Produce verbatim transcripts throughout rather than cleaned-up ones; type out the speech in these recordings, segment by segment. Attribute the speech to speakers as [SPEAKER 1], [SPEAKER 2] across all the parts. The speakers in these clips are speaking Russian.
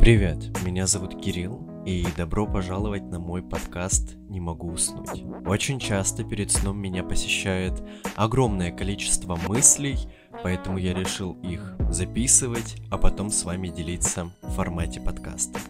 [SPEAKER 1] Привет, меня зовут Кирилл, и добро пожаловать на мой подкаст «Не могу уснуть». Очень часто перед сном меня посещает огромное количество мыслей, поэтому я решил их записывать, а потом с вами делиться в формате подкаста.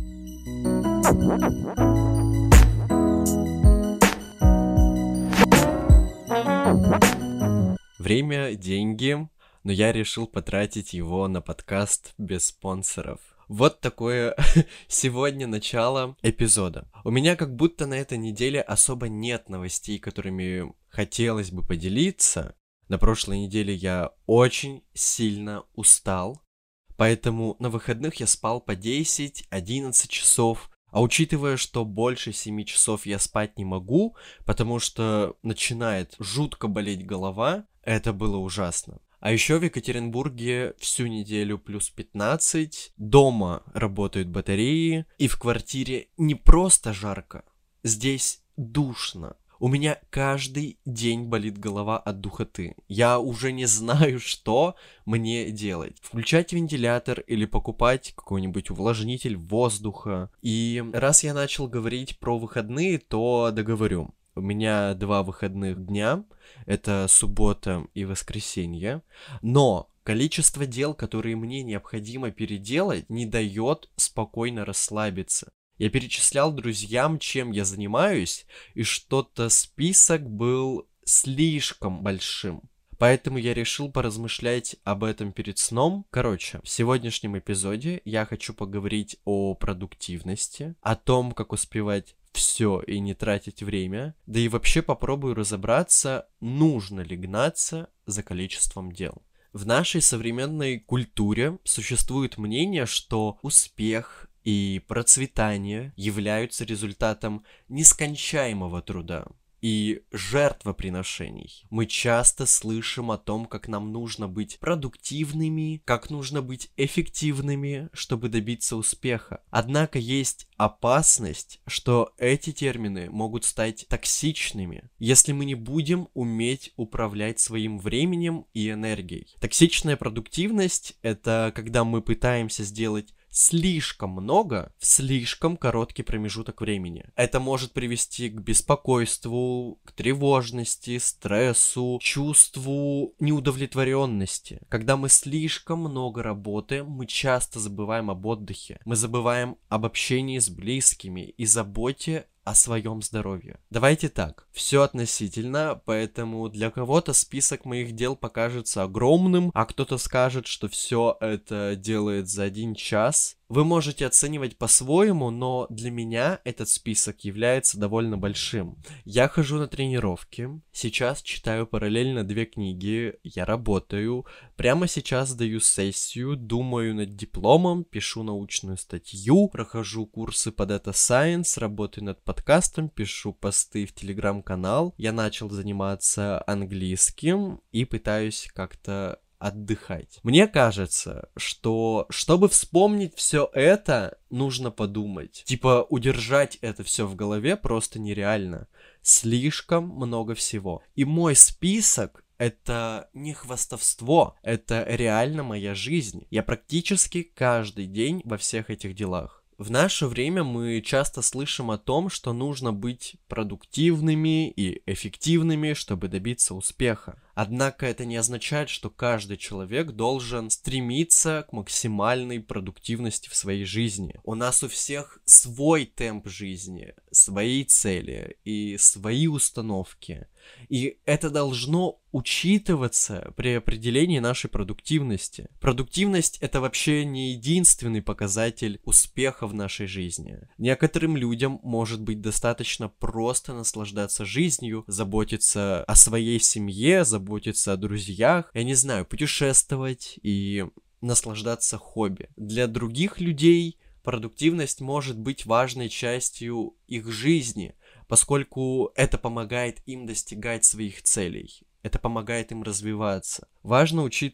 [SPEAKER 1] Время – деньги, но я решил потратить его на подкаст без спонсоров. Вот такое сегодня начало эпизода. У меня как будто на этой неделе особо нет новостей, которыми хотелось бы поделиться. На прошлой неделе я очень сильно устал, поэтому на выходных я спал по десять-одиннадцать часов. А учитывая, что больше семи часов я спать не могу, потому что начинает жутко болеть голова, это было ужасно. А еще в Екатеринбурге всю неделю плюс пятнадцать, дома работают батареи, и в квартире не просто жарко, здесь душно. У меня каждый день болит голова от духоты. Я уже не знаю, что мне делать. Включать вентилятор или покупать какой-нибудь увлажнитель воздуха. И раз я начал говорить про выходные, то договорю. У меня два выходных дня, это суббота и воскресенье, но количество дел, которые мне необходимо переделать, не дает спокойно расслабиться. Я перечислял друзьям, чем я занимаюсь, и что-то список был слишком большим. Поэтому я решил поразмышлять об этом перед сном. Короче, в сегодняшнем эпизоде я хочу поговорить о продуктивности, о том, как успевать все и не тратить время, да и вообще попробую разобраться, нужно ли гнаться за количеством дел. В нашей современной культуре существует мнение, что успех и процветание являются результатом нескончаемого труда и жертвоприношений. Мы часто слышим о том, как нам нужно быть продуктивными, как нужно быть эффективными, чтобы добиться успеха. Однако есть опасность, что эти термины могут стать токсичными, если мы не будем уметь управлять своим временем и энергией. Токсичная продуктивность – это когда мы пытаемся сделать слишком много в слишком короткий промежуток времени. Это может привести к беспокойству, к тревожности, стрессу, чувству неудовлетворенности. Когда мы слишком много работаем, мы часто забываем об отдыхе. Мы забываем об общении с близкими и заботе о своем здоровье. Давайте так, все относительно, поэтому для кого-то список моих дел покажется огромным, а кто-то скажет, что все это делает за один час. Вы можете оценивать по-своему, но для меня этот список является довольно большим. Я хожу на тренировки, сейчас читаю параллельно две книги, я работаю, прямо сейчас даю сессию, думаю над дипломом, пишу научную статью, прохожу курсы по Data Science, работаю над подкастом, пишу посты в телеграм-канал, я начал заниматься английским и пытаюсь как-то отдыхать. Мне кажется, что чтобы вспомнить все это, нужно подумать. Типа удержать это все в голове просто нереально. Слишком много всего. И мой список — это не хвастовство, это реально моя жизнь. Я практически каждый день во всех этих делах. В наше время мы часто слышим о том, что нужно быть продуктивными и эффективными, чтобы добиться успеха. Однако это не означает, что каждый человек должен стремиться к максимальной продуктивности в своей жизни. У нас у всех свой темп жизни, свои цели и свои установки. И это должно учитываться при определении нашей продуктивности. Продуктивность — это вообще не единственный показатель успеха в нашей жизни. Некоторым людям может быть достаточно просто наслаждаться жизнью, заботиться о своей семье, заботиться о друзьях, я не знаю, путешествовать и наслаждаться хобби. Для других людей продуктивность может быть важной частью их жизни, поскольку это помогает им достигать своих целей, это помогает им развиваться. Важно учитывать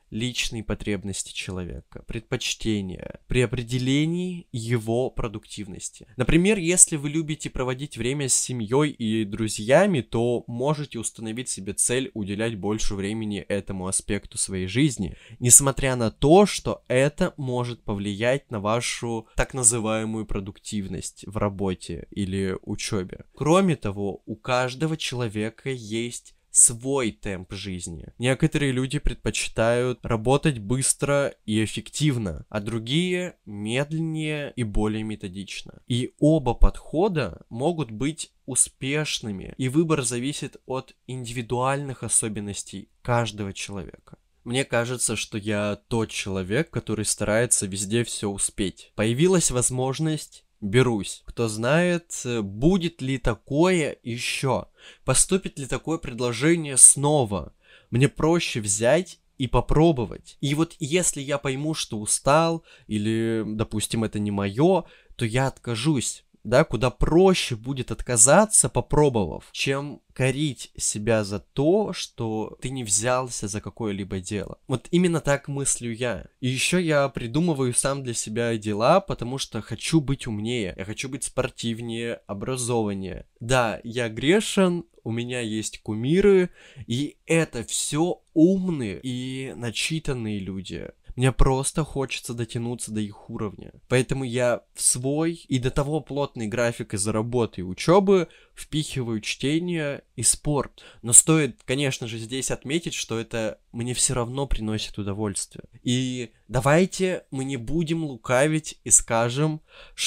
[SPEAKER 1] личные потребности человека, предпочтения при определении его продуктивности. Например, если вы любите проводить время с семьей и друзьями, то можете установить себе цель уделять больше времени этому аспекту своей жизни, несмотря на то, что это может повлиять на вашу так называемую продуктивность в работе или учебе. Кроме того, у каждого человека есть свой темп жизни. Некоторые люди предпочитают работать быстро и эффективно, а другие медленнее и более методично. И оба подхода могут быть успешными, и выбор зависит от индивидуальных особенностей каждого человека. Мне кажется, что я тот человек, который старается везде все успеть. Появилась возможность, берусь. Кто знает, будет ли такое еще? Поступит ли такое предложение снова? Мне проще взять и попробовать. И вот если я пойму, что устал, или, допустим, это не мое, то я откажусь. Да, куда проще будет отказаться, попробовав, чем корить себя за то, что ты не взялся за какое-либо дело. Вот именно так мыслю я. И еще я придумываю сам для себя дела, потому что хочу быть умнее, я хочу быть спортивнее, образованнее. Да, я грешен, у меня есть кумиры, и это все умные и начитанные люди. Мне просто хочется дотянуться до их уровня. Поэтому я в свой и до того плотный график из-за работы и учебы впихиваю чтение и спорт. Но стоит, конечно же, здесь отметить, что это мне все равно приносит удовольствие. И давайте мы не будем лукавить и скажем,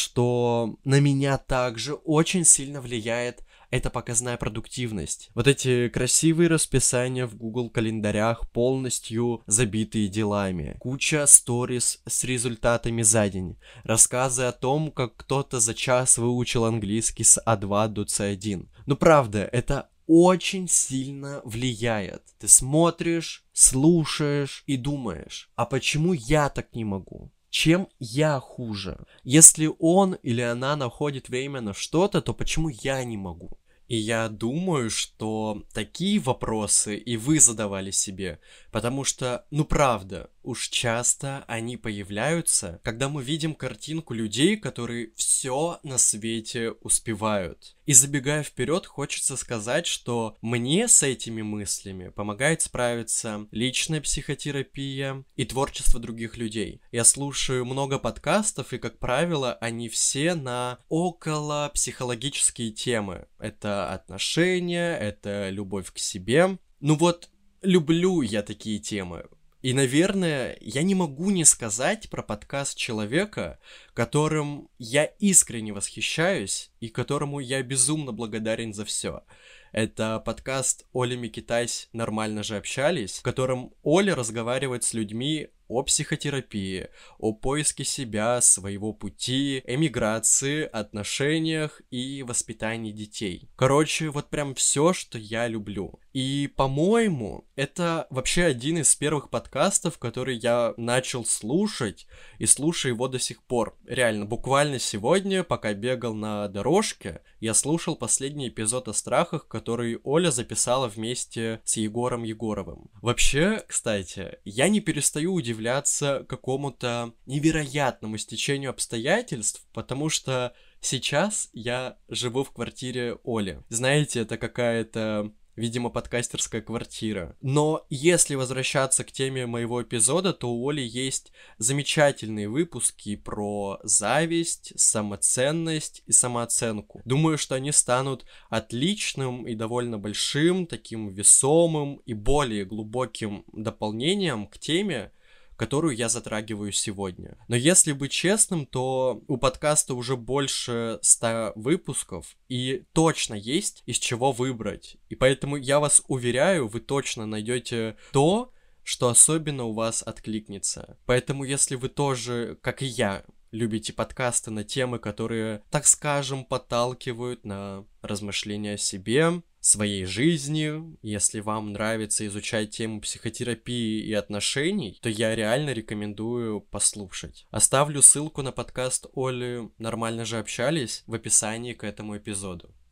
[SPEAKER 1] что на меня также очень сильно влияет это показная продуктивность. Вот эти красивые расписания в Google календарях, полностью забитые делами. Куча сторис с результатами за день. Рассказы о том, как кто-то за час выучил английский с а два до цэ один. Ну правда, это очень сильно влияет. Ты смотришь, слушаешь и думаешь, а почему я так не могу? Чем я хуже? Если он или она находит время на что-то, то почему я не могу? И я думаю, что такие вопросы и вы задавали себе, потому что, ну правда, уж часто они появляются, когда мы видим картинку людей, которые все на свете успевают. И забегая вперед, хочется сказать, что мне с этими мыслями помогает справиться личная психотерапия и творчество других людей. Я слушаю много подкастов, и, как правило, они все на около психологические темы. Это отношения, это любовь к себе. Ну вот, люблю я такие темы. И, наверное, я не могу не сказать про подкаст человека, которым я искренне восхищаюсь и которому я безумно благодарен за все. Это подкаст Оли Микитась «Нормально же общались», в котором Оля разговаривает с людьми о психотерапии, о поиске себя, своего пути, эмиграции, отношениях и воспитании детей. Короче, вот прям все, что я люблю. И, по-моему, это вообще один из первых подкастов, который я начал слушать, и слушаю его до сих пор. Реально, буквально сегодня, пока бегал на дорожке, я слушал последний эпизод о страхах, который Оля записала вместе с Егором Егоровым. Вообще, кстати, я не перестаю удивляться какому-то невероятному стечению обстоятельств, потому что сейчас я живу в квартире Оли. Знаете, это какая-то, видимо, подкастерская квартира. Но если возвращаться к теме моего эпизода, то у Оли есть замечательные выпуски про зависть, самоценность и самооценку. Думаю, что они станут отличным и довольно большим, таким весомым и более глубоким дополнением к теме, которую я затрагиваю сегодня. Но если быть честным, то у подкаста уже больше ста выпусков, и точно есть из чего выбрать. И поэтому я вас уверяю, вы точно найдете то, что особенно у вас откликнется. Поэтому если вы тоже, как и я, любите подкасты на темы, которые, так скажем, подталкивают на размышления о себе, своей жизни, если вам нравится изучать тему психотерапии и отношений, то я реально рекомендую послушать. Оставлю ссылку на подкаст Оли «Нормально же общались» в описании к этому эпизоду.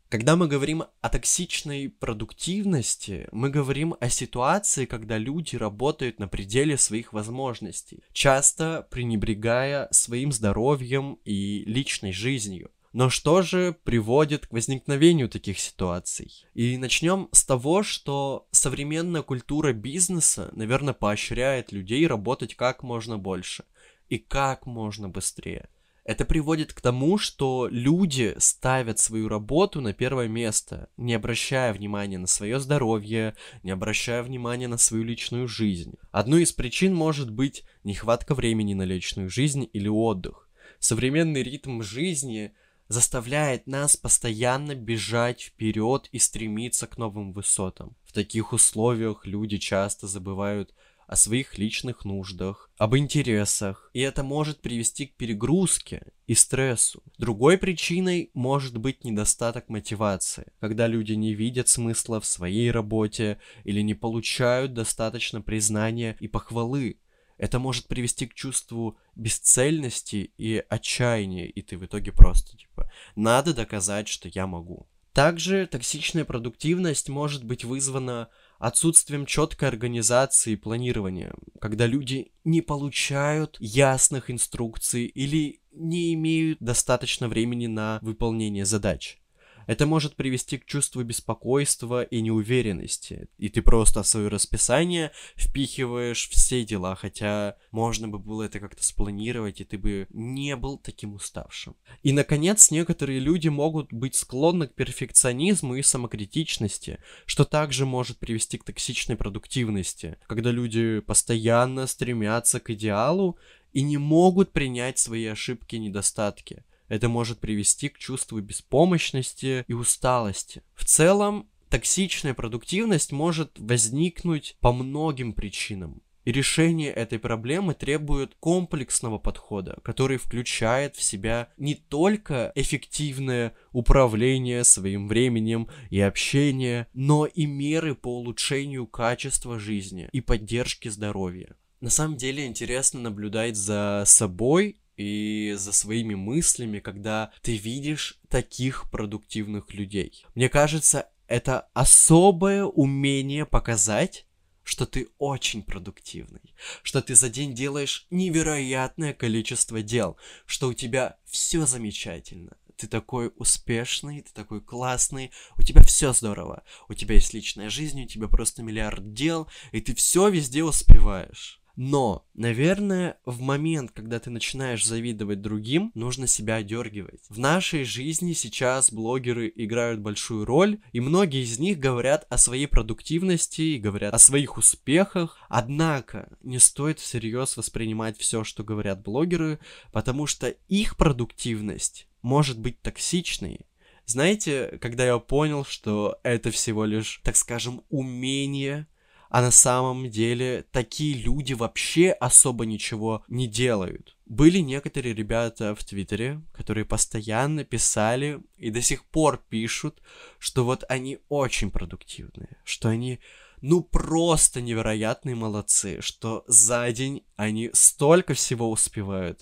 [SPEAKER 1] Когда мы говорим о токсичной продуктивности, мы говорим о ситуации, когда люди работают на пределе своих возможностей, часто пренебрегая своим здоровьем и личной жизнью. Но что же приводит к возникновению таких ситуаций? И начнем с того, что современная культура бизнеса, наверное, поощряет людей работать как можно больше и как можно быстрее. Это приводит к тому, что люди ставят свою работу на первое место, не обращая внимания на свое здоровье, не обращая внимания на свою личную жизнь. Одной из причин может быть нехватка времени на личную жизнь или отдых. Современный ритм жизни заставляет нас постоянно бежать вперед и стремиться к новым высотам. В таких условиях люди часто забывают о своих личных нуждах, об интересах, и это может привести к перегрузке и стрессу. Другой причиной может быть недостаток мотивации, когда люди не видят смысла в своей работе или не получают достаточно признания и похвалы. Это может привести к чувству бесцельности и отчаяния, и ты в итоге просто типа «надо доказать, что я могу». Также токсичная продуктивность может быть вызвана отсутствием четкой организации и планирования, когда люди не получают ясных инструкций или не имеют достаточно времени на выполнение задач. Это может привести к чувству беспокойства и неуверенности, и ты просто в свое расписание впихиваешь все дела, хотя можно бы было это как-то спланировать, и ты бы не был таким уставшим. И, наконец, некоторые люди могут быть склонны к перфекционизму и самокритичности, что также может привести к токсичной продуктивности, когда люди постоянно стремятся к идеалу и не могут принять свои ошибки и недостатки. Это может привести к чувству беспомощности и усталости. В целом, токсичная продуктивность может возникнуть по многим причинам. И решение этой проблемы требует комплексного подхода, который включает в себя не только эффективное управление своим временем и общение, но и меры по улучшению качества жизни и поддержки здоровья. На самом деле интересно наблюдать за собой и за своими мыслями, когда ты видишь таких продуктивных людей. Мне кажется, это особое умение показать, что ты очень продуктивный, что ты за день делаешь невероятное количество дел, что у тебя все замечательно. Ты такой успешный, ты такой классный, у тебя все здорово. У тебя есть личная жизнь, у тебя просто миллиард дел, и ты все везде успеваешь. Но, наверное, в момент, когда ты начинаешь завидовать другим, нужно себя одергивать. В нашей жизни сейчас блогеры играют большую роль, и многие из них говорят о своей продуктивности и говорят о своих успехах. Однако, не стоит всерьез воспринимать все, что говорят блогеры, потому что их продуктивность может быть токсичной. Знаете, когда я понял, что это всего лишь, так скажем, умение, а на самом деле такие люди вообще особо ничего не делают. Были некоторые ребята в Твиттере, которые постоянно писали и до сих пор пишут, что вот они очень продуктивные, что они ну просто невероятные молодцы, что за день они столько всего успевают,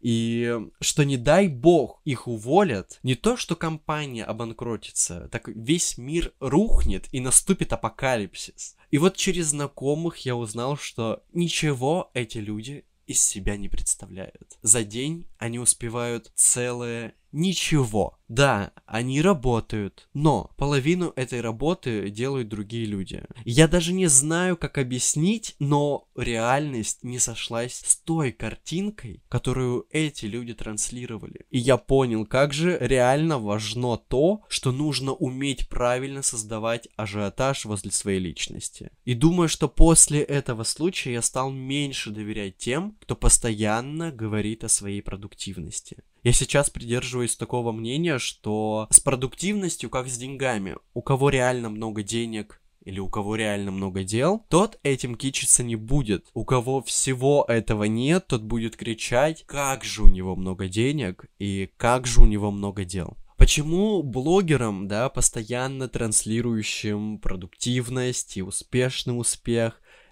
[SPEAKER 1] и что не дай бог их уволят, не то что компания обанкротится, так весь мир рухнет и наступит апокалипсис. И вот через знакомых я узнал, что ничего эти люди из себя не представляют. За день они успевают целое ничего. Да, они работают, но половину этой работы делают другие люди. Я даже не знаю, как объяснить, но реальность не сошлась с той картинкой, которую эти люди транслировали. И я понял, как же реально важно то, что нужно уметь правильно создавать ажиотаж возле своей личности. И думаю, что после этого случая я стал меньше доверять тем, кто постоянно говорит о своей продуктивности. Я сейчас придерживаюсь такого мнения, что с продуктивностью, как с деньгами, у кого реально много денег или у кого реально много дел, тот этим кичиться не будет. У кого всего этого нет, тот будет кричать, как же у него много денег и как же у него много дел. Почему блогерам, да, постоянно транслирующим продуктивность и успешный успех,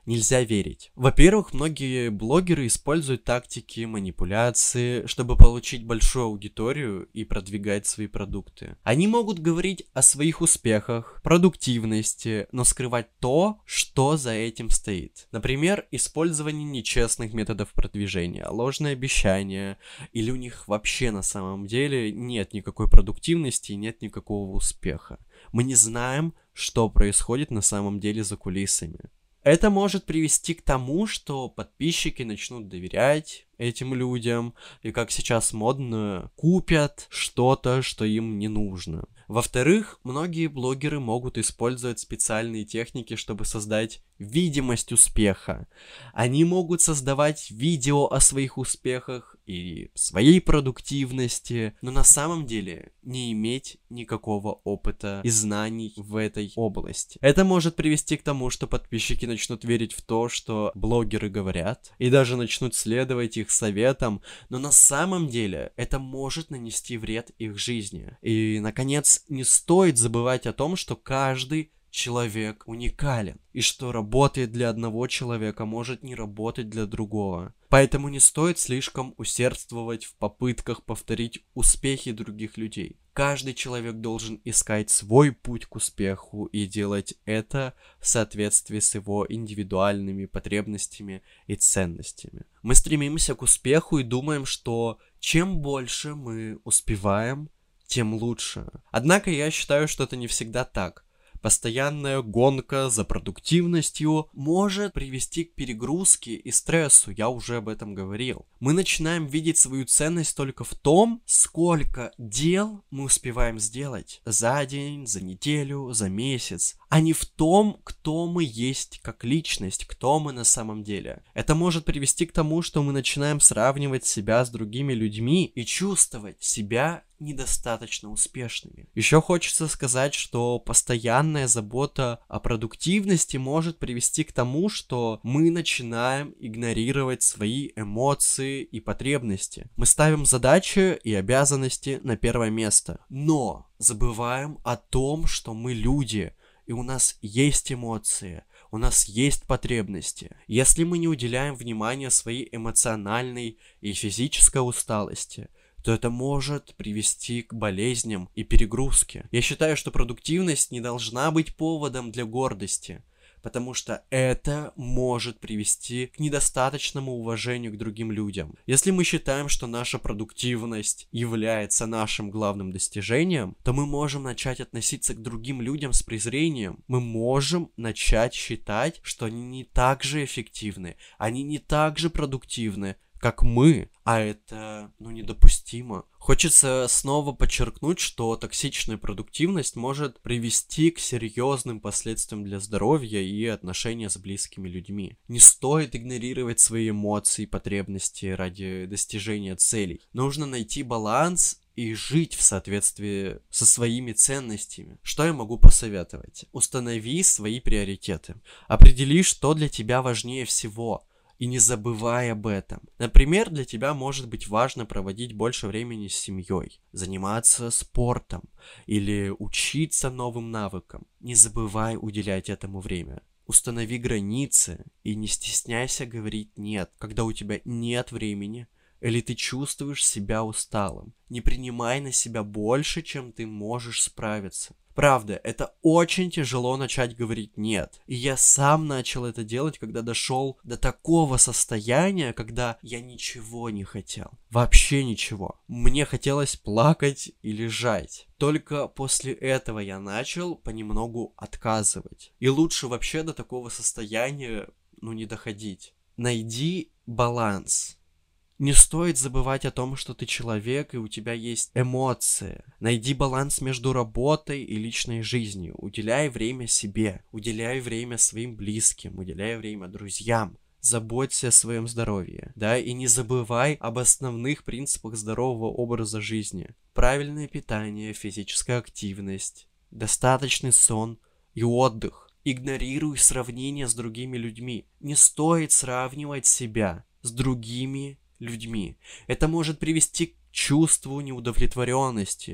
[SPEAKER 1] нельзя верить. Во-первых, многие блогеры используют тактики манипуляции, чтобы получить большую аудиторию и продвигать свои продукты. Они могут говорить о своих успехах, продуктивности, но скрывать то, что за этим стоит. Например, использование нечестных методов продвижения, ложные обещания, или у них вообще на самом деле нет никакой продуктивности и нет никакого успеха. Мы не знаем, что происходит на самом деле за кулисами. Это может привести к тому, что подписчики начнут доверять этим людям и, как сейчас модно, купят что-то, что им не нужно. Во-вторых, многие блогеры могут использовать специальные техники, чтобы создать видимость успеха. Они могут создавать видео о своих успехах и своей продуктивности, но на самом деле не иметь никакого опыта и знаний в этой области. Это может привести к тому, что подписчики начнут верить в то, что блогеры говорят, и даже начнут следовать их советам, но на самом деле это может нанести вред их жизни. И, наконец, не стоит забывать о том, что каждый человек уникален, и что работает для одного человека может не работать для другого. Поэтому не стоит слишком усердствовать в попытках повторить успехи других людей. Каждый человек должен искать свой путь к успеху и делать это в соответствии с его индивидуальными потребностями и ценностями. Мы стремимся к успеху и думаем, что чем больше мы успеваем, тем лучше. Однако я считаю, что это не всегда так. Постоянная гонка за продуктивностью может привести к перегрузке и стрессу, я уже об этом говорил. Мы начинаем видеть свою ценность только в том, сколько дел мы успеваем сделать за день, за неделю, за месяц, а не в том, кто мы есть как личность, кто мы на самом деле. Это может привести к тому, что мы начинаем сравнивать себя с другими людьми и чувствовать себя недостаточно успешными. Еще хочется сказать, что постоянная забота о продуктивности может привести к тому, что мы начинаем игнорировать свои эмоции и потребности. Мы ставим задачи и обязанности на первое место, но забываем о том, что мы люди, и у нас есть эмоции, у нас есть потребности. Если мы не уделяем внимания своей эмоциональной и физической усталости, то это может привести к болезням и перегрузке. Я считаю, что продуктивность не должна быть поводом для гордости, потому что это может привести к недостаточному уважению к другим людям. Если мы считаем, что наша продуктивность является нашим главным достижением, то мы можем начать относиться к другим людям с презрением. Мы можем начать считать, что они не так же эффективны, они не так же продуктивны, как мы, а это, ну, недопустимо. Хочется снова подчеркнуть, что токсичная продуктивность может привести к серьезным последствиям для здоровья и отношения с близкими людьми. Не стоит игнорировать свои эмоции и потребности ради достижения целей. Нужно найти баланс и жить в соответствии со своими ценностями. Что я могу посоветовать? Установи свои приоритеты. Определи, что для тебя важнее всего. И не забывай об этом. Например, для тебя может быть важно проводить больше времени с семьей, заниматься спортом или учиться новым навыкам. Не забывай уделять этому время. Установи границы и не стесняйся говорить «нет», когда у тебя нет времени или ты чувствуешь себя усталым. Не принимай на себя больше, чем ты можешь справиться. Правда, это очень тяжело начать говорить «нет». И я сам начал это делать, когда дошел до такого состояния, когда я ничего не хотел. Вообще ничего. Мне хотелось плакать и лежать. Только после этого я начал понемногу отказывать. И лучше вообще до такого состояния, ну, не доходить. Найди баланс. Не стоит забывать о том, что ты человек и у тебя есть эмоции. Найди баланс между работой и личной жизнью. Уделяй время себе, уделяй время своим близким, уделяй время друзьям. Заботься о своем здоровье, да, и не забывай об основных принципах здорового образа жизни. Правильное питание, физическая активность, достаточный сон и отдых. Игнорируй сравнения с другими людьми. Не стоит сравнивать себя с другими людьми. Это может привести к чувству неудовлетворенности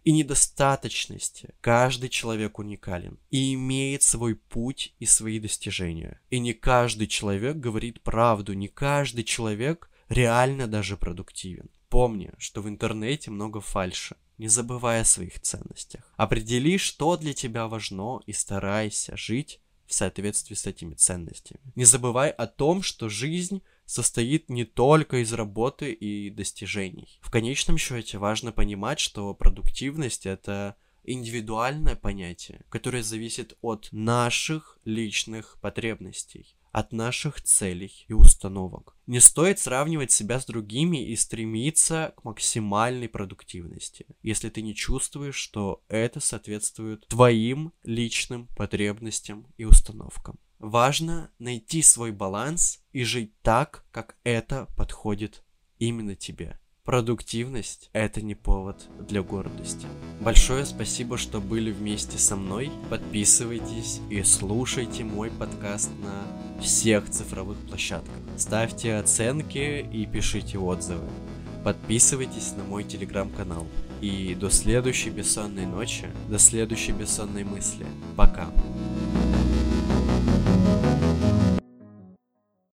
[SPEAKER 1] и недостаточности. Каждый человек уникален и имеет свой путь и свои достижения. И не каждый человек говорит правду, не каждый человек реально даже продуктивен. Помни, что в интернете много фальши. Не забывай о своих ценностях. Определи, что для тебя важно, и старайся жить в соответствии с этими ценностями. Не забывай о том, что жизнь состоит не только из работы и достижений. В конечном счете важно понимать, что продуктивность — это индивидуальное понятие, которое зависит от наших личных потребностей, от наших целей и установок. Не стоит сравнивать себя с другими и стремиться к максимальной продуктивности, если ты не чувствуешь, что это соответствует твоим личным потребностям и установкам. Важно найти свой баланс и жить так, как это подходит именно тебе. Продуктивность — это не повод для гордости. Большое спасибо, что были вместе со мной. Подписывайтесь и слушайте мой подкаст на всех цифровых площадках. Ставьте оценки и пишите отзывы. Подписывайтесь на мой телеграм-канал. И до следующей бессонной ночи, до следующей бессонной мысли. Пока.